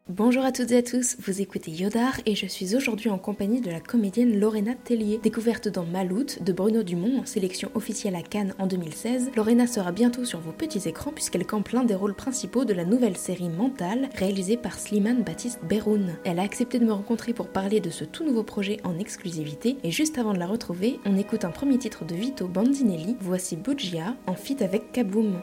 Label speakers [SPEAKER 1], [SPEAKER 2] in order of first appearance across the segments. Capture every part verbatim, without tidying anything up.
[SPEAKER 1] Bonjour à toutes et à tous, vous écoutez Yodar et je suis aujourd'hui en compagnie de la comédienne Lorena Tellier. Découverte dans Maloute de Bruno Dumont en sélection officielle à Cannes en deux mille seize, Lorena sera bientôt sur vos petits écrans puisqu'elle campe l'un des rôles principaux de la nouvelle série Mental réalisée par Slimane Baptiste Berroun. Elle a accepté de me rencontrer pour parler de ce tout nouveau projet en exclusivité et juste avant de la retrouver, on écoute un premier titre de Vito Bandinelli, voici Bugia en feat avec Kaboom.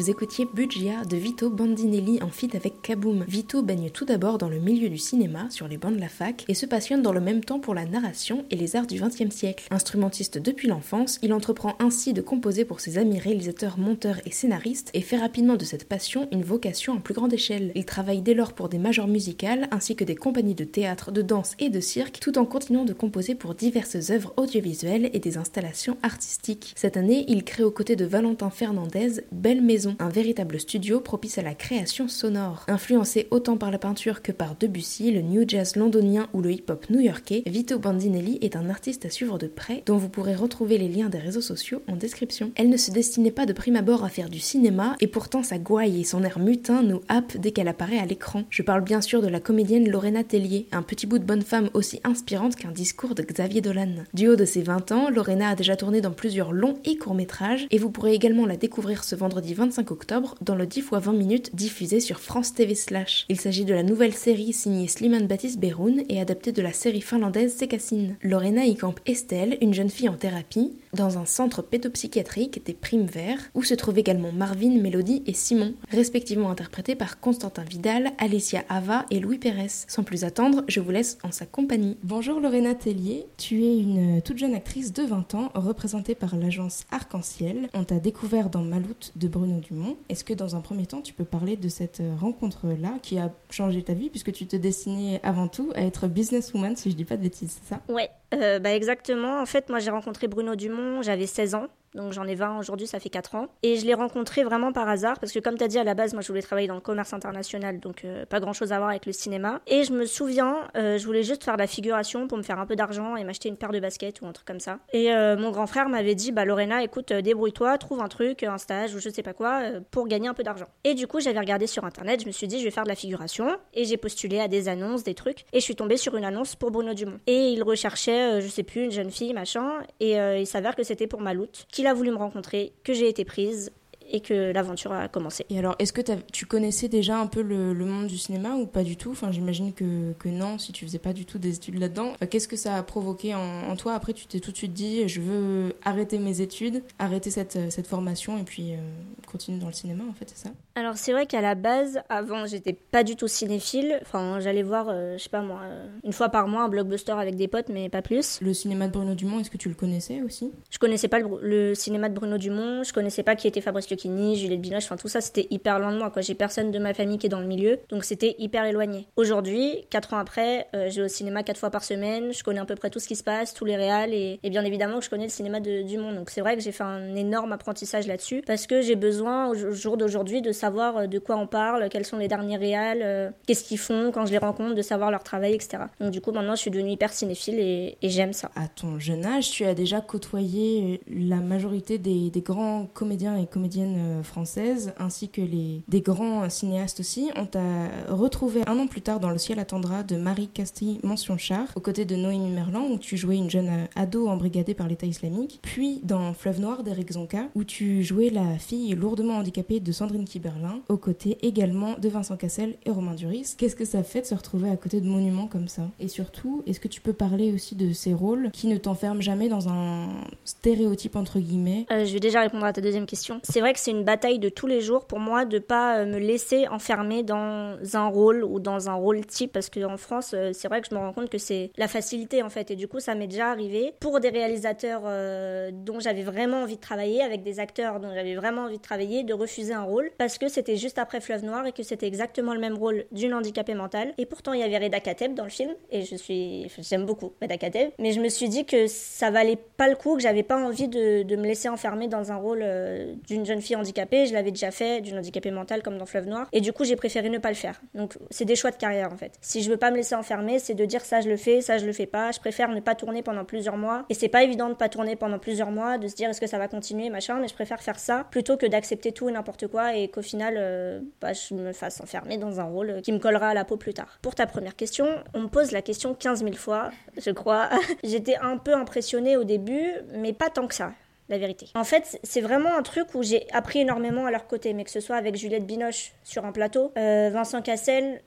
[SPEAKER 1] vous écoutiez Bugia de Vito Bandinelli en feat avec Kaboom. Vito baigne tout d'abord dans le milieu du cinéma, sur les bancs de la fac, et se passionne dans le même temps pour la narration et les arts du vingtième siècle. Instrumentiste depuis l'enfance, il entreprend ainsi de composer pour ses amis réalisateurs, monteurs et scénaristes, et fait rapidement de cette passion une vocation en plus grande échelle. Il travaille dès lors pour des majors musicales, ainsi que des compagnies de théâtre, de danse et de cirque, tout en continuant de composer pour diverses œuvres audiovisuelles et des installations artistiques. Cette année, il crée aux côtés de Valentin Fernandez Belle Maison, un véritable studio propice à la création sonore. Influencé autant par la peinture que par Debussy, le new jazz londonien ou le hip-hop new-yorkais, Vito Bandinelli est un artiste à suivre de près, dont vous pourrez retrouver les liens des réseaux sociaux en description. Elle ne se destinait pas de prime abord à faire du cinéma, et pourtant sa gouaille et son air mutin nous happent dès qu'elle apparaît à l'écran. Je parle bien sûr de la comédienne Lorena Tellier, un petit bout de bonne femme aussi inspirante qu'un discours de Xavier Dolan. Du haut de ses vingt ans, Lorena a déjà tourné dans plusieurs longs et courts-métrages, et vous pourrez également la découvrir ce vendredi vingt-cinq octobre dans le dix fois vingt minutes diffusé sur France T V Slash. Il s'agit de la nouvelle série signée Slimane Baptiste Beroun et adaptée de la série finlandaise Sekasine. Lorena y campe Estelle, une jeune fille en thérapie, dans un centre pédopsychiatrique des Primes Verts, où se trouvent également Marvin, Mélodie et Simon, respectivement interprétés par Constantin Vidal, Alicia Ava et Louis Pérez. Sans plus attendre, je vous laisse en sa compagnie. Bonjour Lorena Tellier, tu es une toute jeune actrice de vingt ans, représentée par l'agence Arc-en-Ciel. On t'a découvert dans Maloute de Bruno Dumont. Est-ce que dans un premier temps, tu peux parler de cette rencontre-là qui a changé ta vie, puisque tu te destinais avant tout à être businesswoman, si je dis pas de bêtises, c'est ça ?
[SPEAKER 2] Ouais, euh, bah exactement. En fait, moi j'ai rencontré Bruno Dumont, j'avais seize ans. Donc j'en ai vingt aujourd'hui, ça fait quatre ans. Et je l'ai rencontré vraiment par hasard, parce que comme tu as dit à la base, moi je voulais travailler dans le commerce international, donc euh, pas grand chose à voir avec le cinéma. Et je me souviens, euh, je voulais juste faire de la figuration pour me faire un peu d'argent et m'acheter une paire de baskets ou un truc comme ça. Et euh, mon grand frère m'avait dit, bah Lorena, écoute, euh, débrouille-toi, trouve un truc, un stage ou je sais pas quoi, euh, pour gagner un peu d'argent. Et du coup, j'avais regardé sur internet, je me suis dit, je vais faire de la figuration. Et j'ai postulé à des annonces, des trucs. Et je suis tombée sur une annonce pour Bruno Dumont. Et il recherchait, euh, je sais plus, une jeune fille, machin. Et euh, il s'avère que c'était pour Maloute, qu'il a voulu me rencontrer, que j'ai été prise et que l'aventure a commencé.
[SPEAKER 1] Et alors, est-ce que tu connaissais déjà un peu le, le monde du cinéma ou pas du tout ? Enfin, j'imagine que, que non, si tu faisais pas du tout des études là-dedans. Enfin, qu'est-ce que ça a provoqué en, en toi ? Après, tu t'es tout de suite dit, je veux arrêter mes études, arrêter cette, cette formation et puis euh, continuer dans le cinéma, en fait, c'est ça ?
[SPEAKER 2] Alors, c'est vrai qu'à la base, avant, j'étais pas du tout cinéphile. Enfin, j'allais voir, euh, je sais pas moi, euh, une fois par mois un blockbuster avec des potes, mais pas plus.
[SPEAKER 1] Le cinéma de Bruno Dumont, est-ce que tu le connaissais aussi ?
[SPEAKER 2] Je connaissais pas le, le cinéma de Bruno Dumont, je connaissais pas qui était Fabrice Lucchini, Juliette Binoche, enfin tout ça c'était hyper loin de moi, quoi. J'ai personne de ma famille qui est dans le milieu, donc c'était hyper éloigné. Aujourd'hui, quatre ans après, euh, je vais au cinéma quatre fois par semaine, je connais à peu près tout ce qui se passe, tous les réals, et, et bien évidemment que je connais le cinéma de Dumont. Donc c'est vrai que j'ai fait un énorme apprentissage là-dessus, parce que j'ai besoin au jour d'aujourd'hui de savoir de quoi on parle, quels sont les derniers réals, euh, qu'est-ce qu'ils font quand je les rencontre, de savoir leur travail, et cetera. Donc du coup maintenant je suis devenue hyper cinéphile et, et j'aime ça.
[SPEAKER 1] À ton jeune âge, tu as déjà côtoyé la majorité des, des grands comédiens et comédiennes françaises, ainsi que les, des grands cinéastes aussi. On t'a retrouvé un an plus tard dans Le ciel attendra de Marie Castille Mention-Char, aux côtés de Noémie Merlan, où tu jouais une jeune ado embrigadée par l'État islamique, puis dans Fleuve noir d'Éric Zonka, où tu jouais la fille lourdement handicapée de Sandrine Kiberlin, aux côtés également de Vincent Cassel et Romain Duris. Qu'est-ce que ça fait de se retrouver à côté de monuments comme ça ? Et surtout, est-ce que tu peux parler aussi de ces rôles qui ne t'enferment jamais dans un stéréotype entre guillemets ?
[SPEAKER 2] euh, Je vais déjà répondre à ta deuxième question. C'est vrai que c'est une bataille de tous les jours pour moi de pas me laisser enfermer dans un rôle ou dans un rôle type, parce qu'en France, c'est vrai que je me rends compte que c'est la facilité en fait, et du coup ça m'est déjà arrivé pour des réalisateurs euh, dont j'avais vraiment envie de travailler, avec des acteurs dont j'avais vraiment envie de travailler, de refuser un rôle parce que c'était juste après Fleuve noir et que c'était exactement le même rôle d'une handicapée mentale. Et pourtant il y avait Reda Kateb dans le film et je suis, j'aime beaucoup Reda Kateb, mais je me suis dit que ça valait pas le coup, que j'avais pas envie de, de me laisser enfermer dans un rôle euh, d'une jeune fille handicapée. Je l'avais déjà fait, d'une handicapée mentale comme dans Fleuve noir, et du coup j'ai préféré ne pas le faire. Donc c'est des choix de carrière en fait. Si je veux pas me laisser enfermer, c'est de dire ça je le fais, ça je le fais pas. Je préfère ne pas tourner pendant plusieurs mois, et c'est pas évident de pas tourner pendant plusieurs mois, de se dire est-ce que ça va continuer machin, mais je préfère faire ça plutôt que d'accepter tout et n'importe quoi et qu'au final euh, bah, je me fasse enfermer dans un rôle qui me collera à la peau plus tard. Pour ta première question, on me pose la question quinze mille fois, je crois. J'étais un peu impressionnée au début, mais pas tant que ça. La vérité. En fait, c'est vraiment un truc où j'ai appris énormément à leur côté, mais que ce soit avec Juliette Binoche sur un plateau, euh, Vincent Cassel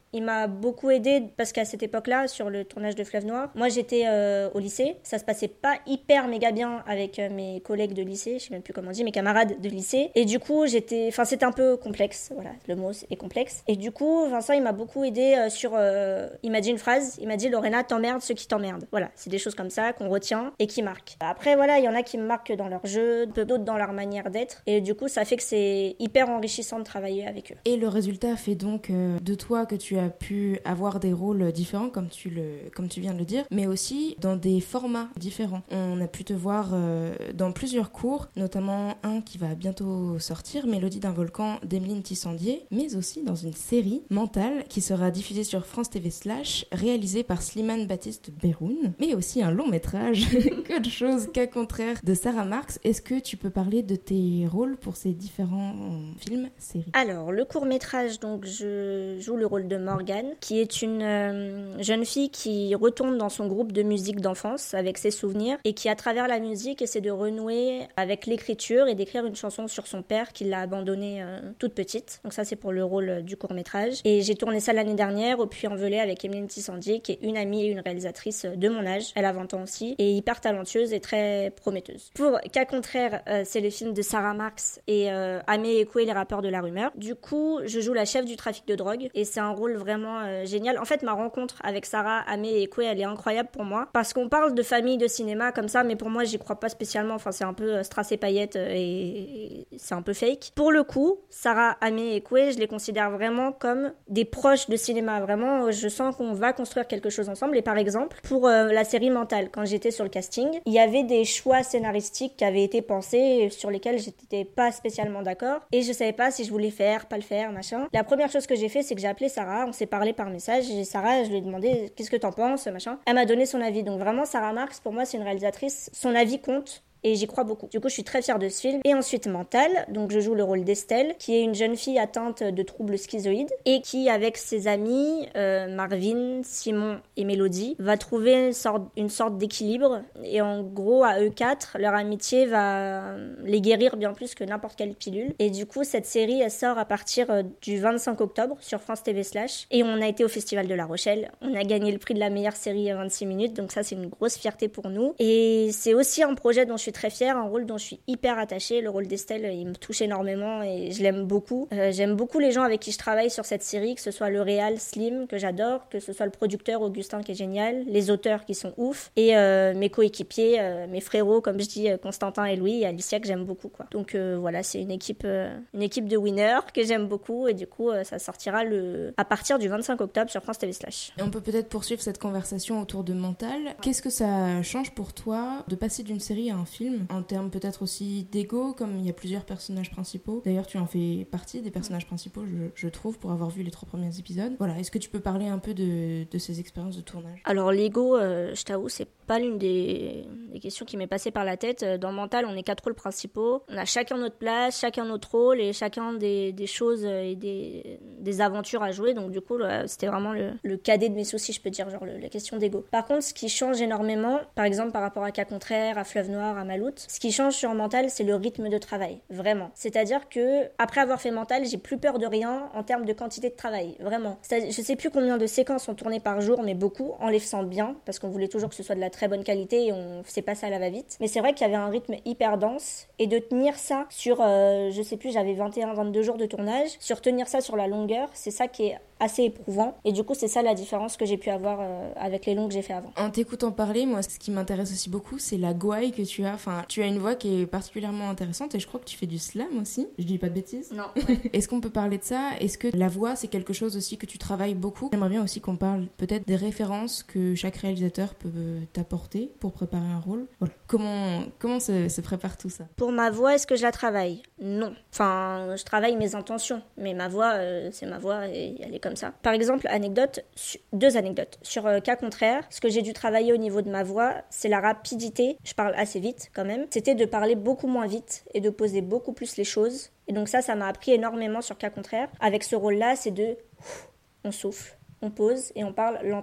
[SPEAKER 2] Il m'a beaucoup aidé parce qu'à cette époque-là, sur le tournage de Fleuve Noir, moi j'étais euh, au lycée. Ça se passait pas hyper méga bien avec euh, mes collègues de lycée, je sais même plus comment on dit, mes camarades de lycée. Et du coup, j'étais, enfin c'était un peu complexe. Voilà, le mot est complexe. Et du coup, Vincent, il m'a beaucoup aidé euh, sur. Euh, il m'a dit une phrase. Il m'a dit Lorena, t'emmerdes ceux qui t'emmerdent. Voilà, c'est des choses comme ça qu'on retient et qui marquent. Après, voilà, il y en a qui me marquent dans leur jeu, d'autres dans leur manière d'être. Et du coup, ça fait que c'est hyper enrichissant de travailler avec eux.
[SPEAKER 1] Et le résultat fait donc euh, de toi que tu as pu avoir des rôles différents, comme tu, le, comme tu viens de le dire, mais aussi dans des formats différents. On a pu te voir euh, dans plusieurs cours, notamment un qui va bientôt sortir, Mélodie d'un volcan d'Emeline Tissandier, mais aussi dans une série, Mental, qui sera diffusée sur France T V Slash, réalisée par Slimane Baptiste Beroun, mais aussi un long métrage, que de choses qu'à contraire, de Sarah Marx. Est-ce que tu peux parler de tes rôles pour ces différents films, séries?
[SPEAKER 2] Alors, le court-métrage, donc je joue le rôle de Morgane, qui est une euh, jeune fille qui retourne dans son groupe de musique d'enfance avec ses souvenirs et qui, à travers la musique, essaie de renouer avec l'écriture et d'écrire une chanson sur son père qui l'a abandonnée euh, toute petite. Donc ça, c'est pour le rôle du court-métrage. Et j'ai tourné ça l'année dernière au Puy-en-Velay avec Emeline Tissandier, qui est une amie et une réalisatrice de mon âge. Elle a vingt ans aussi et hyper talentueuse et très prometteuse. Pour Cas contraire, euh, c'est le film de Sarah Marx et euh, Amé Ekoué, les rappeurs de la rumeur. Du coup, je joue la chef du trafic de drogue et c'est un rôle vraiment euh, génial. En fait, ma rencontre avec Sarah, Amé et Ekoué, elle est incroyable pour moi parce qu'on parle de famille, de cinéma comme ça, mais pour moi, j'y crois pas spécialement. Enfin, c'est un peu euh, strass et paillettes euh, et, et c'est un peu fake. Pour le coup, Sarah, Amé et Ekoué, je les considère vraiment comme des proches de cinéma. Vraiment, je sens qu'on va construire quelque chose ensemble. Et par exemple, pour euh, la série Mental, quand j'étais sur le casting, il y avait des choix scénaristiques qui avaient été pensés sur lesquels j'étais pas spécialement d'accord et je savais pas si je voulais faire, pas le faire, machin. La première chose que j'ai fait, c'est que j'ai appelé Sarah, on s'est parlé par message et Sarah, je lui ai demandé qu'est-ce que t'en penses, machin. Elle m'a donné son avis. Donc vraiment, Sarah Marx, pour moi, c'est une réalisatrice, son avis compte. Et j'y crois beaucoup. Du coup, je suis très fière de ce film. Et ensuite, Mental. Donc, je joue le rôle d'Estelle, qui est une jeune fille atteinte de troubles schizoïdes et qui, avec ses amis, euh, Marvin, Simon et Mélodie, va trouver une sorte, une sorte d'équilibre. Et en gros, à eux quatre, leur amitié va les guérir bien plus que n'importe quelle pilule. Et du coup, cette série, elle sort à partir du vingt-cinq octobre sur France T V Slash. Et on a été au Festival de La Rochelle. On a gagné le prix de la meilleure série à vingt-six minutes. Donc ça, c'est une grosse fierté pour nous. Et c'est aussi un projet dont je suis très fière, un rôle dont je suis hyper attachée. Le rôle d'Estelle, il me touche énormément et je l'aime beaucoup. Euh, j'aime beaucoup les gens avec qui je travaille sur cette série, que ce soit le réal Slim, que j'adore, que ce soit le producteur Augustin qui est génial, les auteurs qui sont ouf, et euh, mes coéquipiers, euh, mes frérots, comme je dis, Constantin et Louis, et Alicia, que j'aime beaucoup, quoi. Donc euh, voilà, c'est une équipe, euh, une équipe de winners que j'aime beaucoup et du coup, euh, ça sortira le... à partir du vingt-cinq octobre sur France T V Slash.
[SPEAKER 1] Et on peut peut-être poursuivre cette conversation autour de Mental. Qu'est-ce que ça change pour toi de passer d'une série à un film, en termes peut-être aussi d'ego, comme il y a plusieurs personnages principaux. D'ailleurs, tu en fais partie des personnages principaux, je, je trouve, pour avoir vu les trois premiers épisodes. Voilà, est-ce que tu peux parler un peu de, de ces expériences de tournage?
[SPEAKER 2] Alors l'ego, euh, je t'avoue, c'est pas l'une des, des questions qui m'est passée par la tête. Dans Mental, on est quatre rôles principaux. On a chacun notre place, chacun notre rôle et chacun des, des choses et des, des aventures à jouer. Donc du coup, là, c'était vraiment le, le cadet de mes soucis, je peux dire, genre le, la question d'ego. Par contre, ce qui change énormément, par exemple par rapport à Cas contraire, à Fleuve Noir, à Maloute, ce qui change sur Mental, c'est le rythme de travail, vraiment. C'est-à-dire que après avoir fait Mental, j'ai plus peur de rien en termes de quantité de travail, vraiment. C'est-à-dire, je sais plus combien de séquences sont tournées par jour, mais beaucoup, en les faisant bien, parce qu'on voulait toujours que ce soit de la très bonne qualité et on faisait pas ça à la va-vite. Mais c'est vrai qu'il y avait un rythme hyper dense et de tenir ça sur, euh, je sais plus, j'avais vingt et un vingt-deux jours de tournage, sur tenir ça sur la longueur, c'est ça qui est assez éprouvant. Et du coup, c'est ça la différence que j'ai pu avoir euh, avec les longs que j'ai fait avant.
[SPEAKER 1] En t'écoutant parler, moi, ce qui m'intéresse aussi beaucoup, c'est la gouaille que tu as. Enfin, tu as une voix qui est particulièrement intéressante et je crois que tu fais du slam aussi. Je dis pas de bêtises?
[SPEAKER 2] Non. Ouais.
[SPEAKER 1] Est-ce qu'on peut parler de ça? Est-ce que la voix, c'est quelque chose aussi que tu travailles beaucoup? J'aimerais bien aussi qu'on parle peut-être des références que chaque réalisateur peut t'apporter pour préparer un rôle. Voilà. Comment, comment se, se prépare tout ça?
[SPEAKER 2] Pour ma voix, est-ce que je la travaille? Non. Enfin, je travaille mes intentions, mais ma voix, euh, c'est ma voix et elle est comme ça. Par exemple, anecdote, deux anecdotes. Sur euh, Cas contraire, ce que j'ai dû travailler au niveau de ma voix, c'est la rapidité. Je parle assez vite quand même. C'était de parler beaucoup moins vite et de poser beaucoup plus les choses. Et donc ça, ça m'a appris énormément sur Cas contraire. Avec ce rôle-là, c'est de... On souffle, on pose et on parle lentement.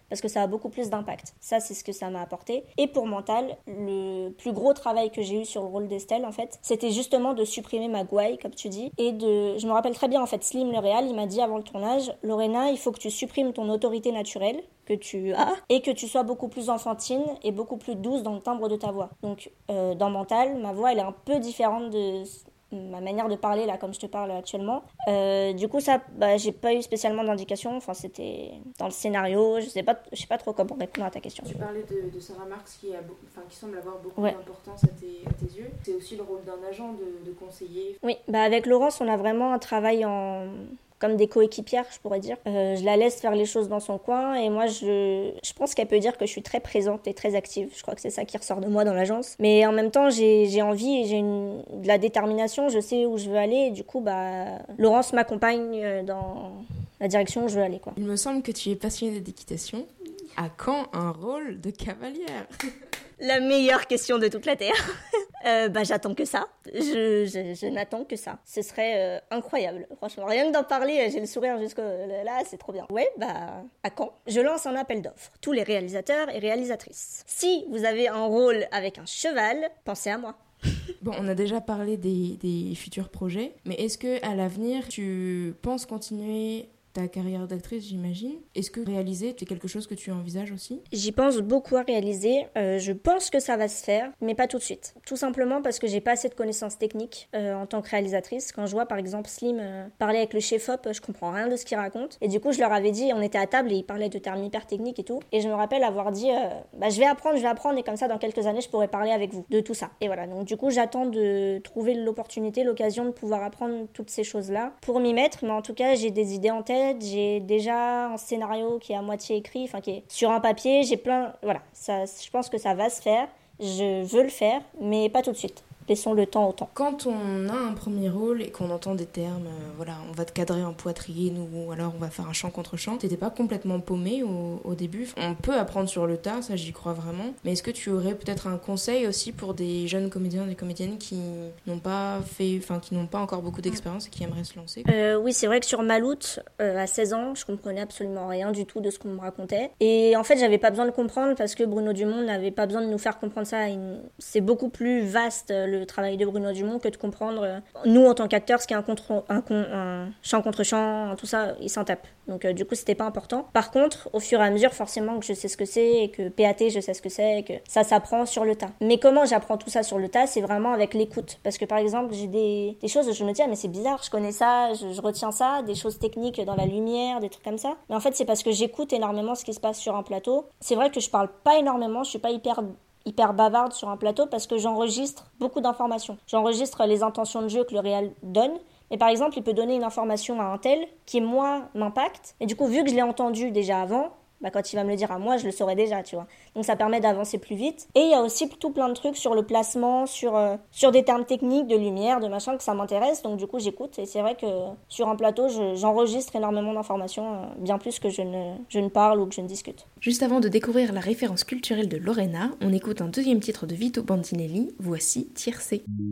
[SPEAKER 2] parce que ça a beaucoup plus d'impact. Ça, c'est ce que ça m'a apporté. Et pour mental, le plus gros travail que j'ai eu sur le rôle d'Estelle, en fait, c'était justement de supprimer ma gouaille, comme tu dis, et de... Je me rappelle très bien, en fait, Slim, le réal, il m'a dit avant le tournage, « Lorena, il faut que tu supprimes ton autorité naturelle, que tu as, et que tu sois beaucoup plus enfantine et beaucoup plus douce dans le timbre de ta voix. » Donc, euh, dans mental, ma voix, elle est un peu différente de... ma manière de parler là comme je te parle actuellement, euh, du coup ça bah, j'ai pas eu spécialement d'indication, enfin c'était dans le scénario, je sais pas je sais pas trop comment répondre à ta question.
[SPEAKER 1] Tu parlais de, de Sarah Marx qui, a, enfin, qui semble avoir beaucoup
[SPEAKER 2] ouais.
[SPEAKER 1] d'importance à tes, à tes yeux. C'est aussi le rôle d'un agent de, de conseiller.
[SPEAKER 2] Oui, bah avec Laurence on a vraiment un travail en comme des coéquipières, je pourrais dire. Euh, je la laisse faire les choses dans son coin et moi, je, je pense qu'elle peut dire que je suis très présente et très active. Je crois que c'est ça qui ressort de moi dans l'agence. Mais en même temps, j'ai, j'ai envie et j'ai une, de la détermination. Je sais où je veux aller et du coup, bah, Laurence m'accompagne dans la direction où je veux aller, quoi.
[SPEAKER 3] Il me semble que tu es passionnée d'équitation. À quand un rôle de cavalière ?
[SPEAKER 2] La meilleure question de toute la Terre. euh, bah, j'attends que ça. Je, je, je n'attends que ça. Ce serait euh, incroyable. Franchement, rien que d'en parler, j'ai le sourire jusqu'au là, c'est trop bien. Ouais, bah, à quand ? Je lance un appel d'offres. Tous les réalisateurs et réalisatrices. Si vous avez un rôle avec un cheval, pensez à moi.
[SPEAKER 3] Bon, on a déjà parlé des, des futurs projets, mais est-ce que à l'avenir, tu penses continuer ta carrière d'actrice, j'imagine. Est-ce que réaliser, c'est quelque chose que tu envisages aussi ?
[SPEAKER 2] J'y pense beaucoup à réaliser. Euh, je pense que ça va se faire, mais pas tout de suite. Tout simplement parce que j'ai pas assez de connaissances techniques euh, en tant que réalisatrice. Quand je vois par exemple Slim euh, parler avec le chef-op, je comprends rien de ce qu'il raconte. Et du coup, je leur avais dit, on était à table et il parlait de termes hyper techniques et tout. Et je me rappelle avoir dit, euh, bah, je vais apprendre, je vais apprendre et comme ça, dans quelques années, je pourrai parler avec vous de tout ça. Et voilà. Donc du coup, j'attends de trouver l'opportunité, l'occasion de pouvoir apprendre toutes ces choses-là pour m'y mettre. Mais en tout cas, j'ai des idées en tête. J'ai déjà un scénario qui est à moitié écrit, enfin qui est sur un papier, j'ai plein... Voilà, ça, je pense que ça va se faire, je veux le faire, mais pas tout de suite. Laissons le temps au temps.
[SPEAKER 3] Quand on a un premier rôle et qu'on entend des termes, euh, voilà, on va te cadrer en poitrine ou alors on va faire un chant contre chant, t'étais pas complètement paumé au, au début. On peut apprendre sur le tas, ça j'y crois vraiment. Mais est-ce que tu aurais peut-être un conseil aussi pour des jeunes comédiens et des comédiennes qui n'ont pas fait, enfin qui n'ont pas encore beaucoup d'expérience et qui aimeraient se lancer ?
[SPEAKER 2] euh, Oui, c'est vrai que sur Maloute, euh, à seize ans, je comprenais absolument rien du tout de ce qu'on me racontait. Et en fait, j'avais pas besoin de comprendre parce que Bruno Dumont n'avait pas besoin de nous faire comprendre ça. Une... C'est beaucoup plus vaste le travail de Bruno Dumont que de comprendre euh, nous en tant qu'acteurs ce qu'est un, contre, un, un chant contre chant, tout ça, il s'en tape. Donc euh, du coup c'était pas important. Par contre au fur et à mesure forcément que je sais ce que c'est et que P A T je sais ce que c'est et que ça s'apprend sur le tas. Mais comment j'apprends tout ça sur le tas, c'est vraiment avec l'écoute. Parce que par exemple j'ai des, des choses où je me dis ah mais c'est bizarre, je connais ça, je, je retiens ça, des choses techniques dans la lumière, des trucs comme ça. Mais en fait c'est parce que j'écoute énormément ce qui se passe sur un plateau. C'est vrai que je parle pas énormément, je suis pas hyper hyper bavarde sur un plateau parce que j'enregistre beaucoup d'informations. J'enregistre les intentions de jeu que le réal donne. Mais par exemple, il peut donner une information à un tel qui, moi, m'impacte. Et du coup, vu que je l'ai entendu déjà avant, bah, quand il va me le dire à moi, je le saurais déjà, tu vois. Donc ça permet d'avancer plus vite. Et il y a aussi tout plein de trucs sur le placement, sur, euh, sur des termes techniques, de lumière, de machin, que ça m'intéresse. Donc du coup, j'écoute. Et c'est vrai que sur un plateau, je, j'enregistre énormément d'informations, euh, bien plus que je ne, je ne parle ou que je ne discute.
[SPEAKER 1] Juste avant de découvrir la référence culturelle de Lorena, on écoute un deuxième titre de Vito Bandinelli, voici Tierce.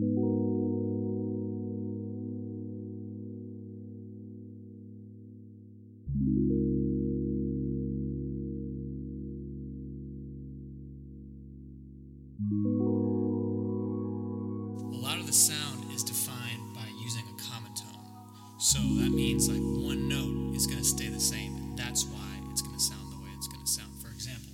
[SPEAKER 4] A lot of the sound is defined by using a common tone. So that means like one note is going to stay the same, and that's why it's going to sound the way it's going to sound. For example,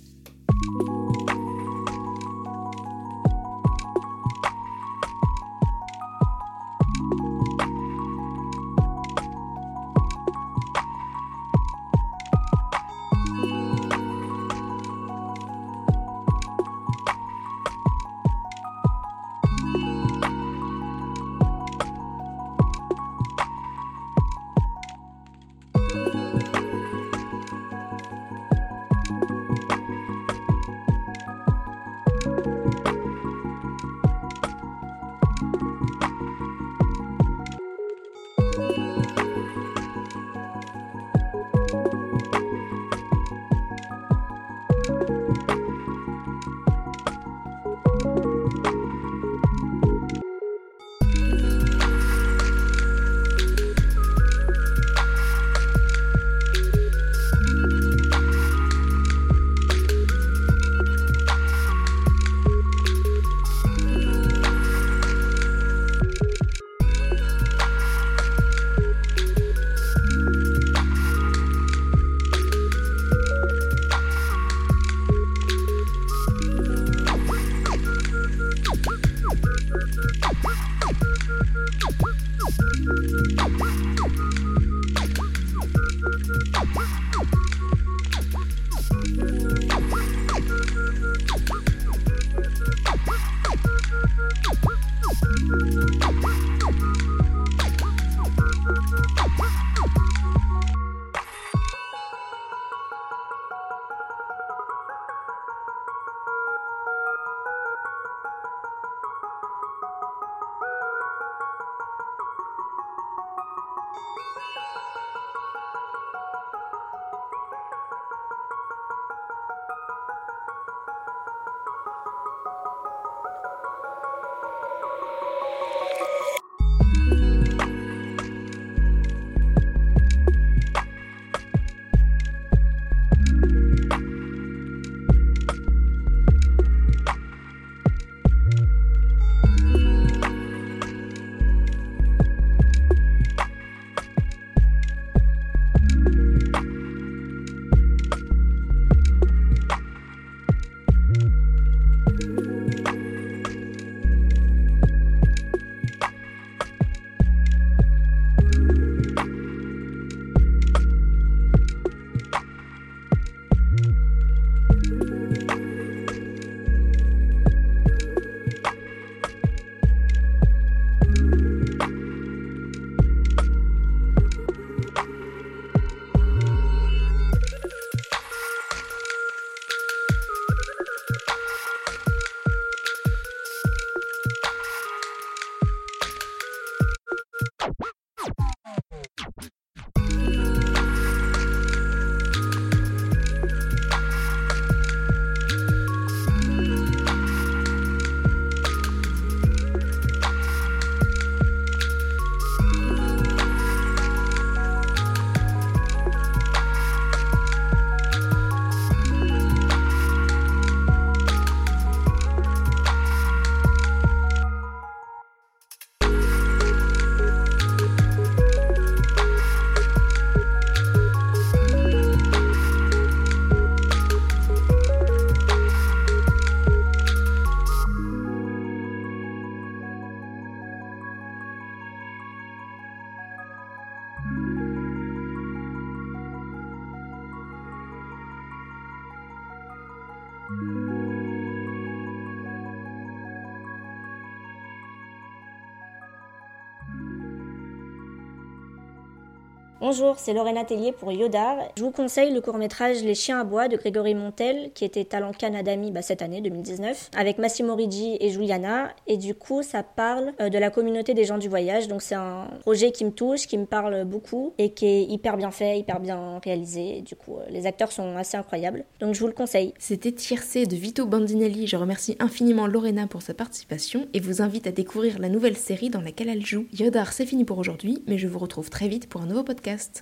[SPEAKER 2] Bonjour, c'est Lorena Tellier pour Yodar. Je vous conseille le court-métrage Les Chiens à bois de Grégory Montel, qui était talent Cannes Adami bah, cette année, deux mille dix-neuf, avec Massimo Riggi et Juliana. Et du coup, ça parle euh, de la communauté des gens du voyage. Donc c'est un projet qui me touche, qui me parle beaucoup et qui est hyper bien fait, hyper bien réalisé. Et du coup, euh, les acteurs sont assez incroyables. Donc je vous le conseille.
[SPEAKER 1] C'était Tiercé de Vito Bandinelli. Je remercie infiniment Lorena pour sa participation et vous invite à découvrir la nouvelle série dans laquelle elle joue. Yodar, c'est fini pour aujourd'hui, mais je vous retrouve très vite pour un nouveau podcast.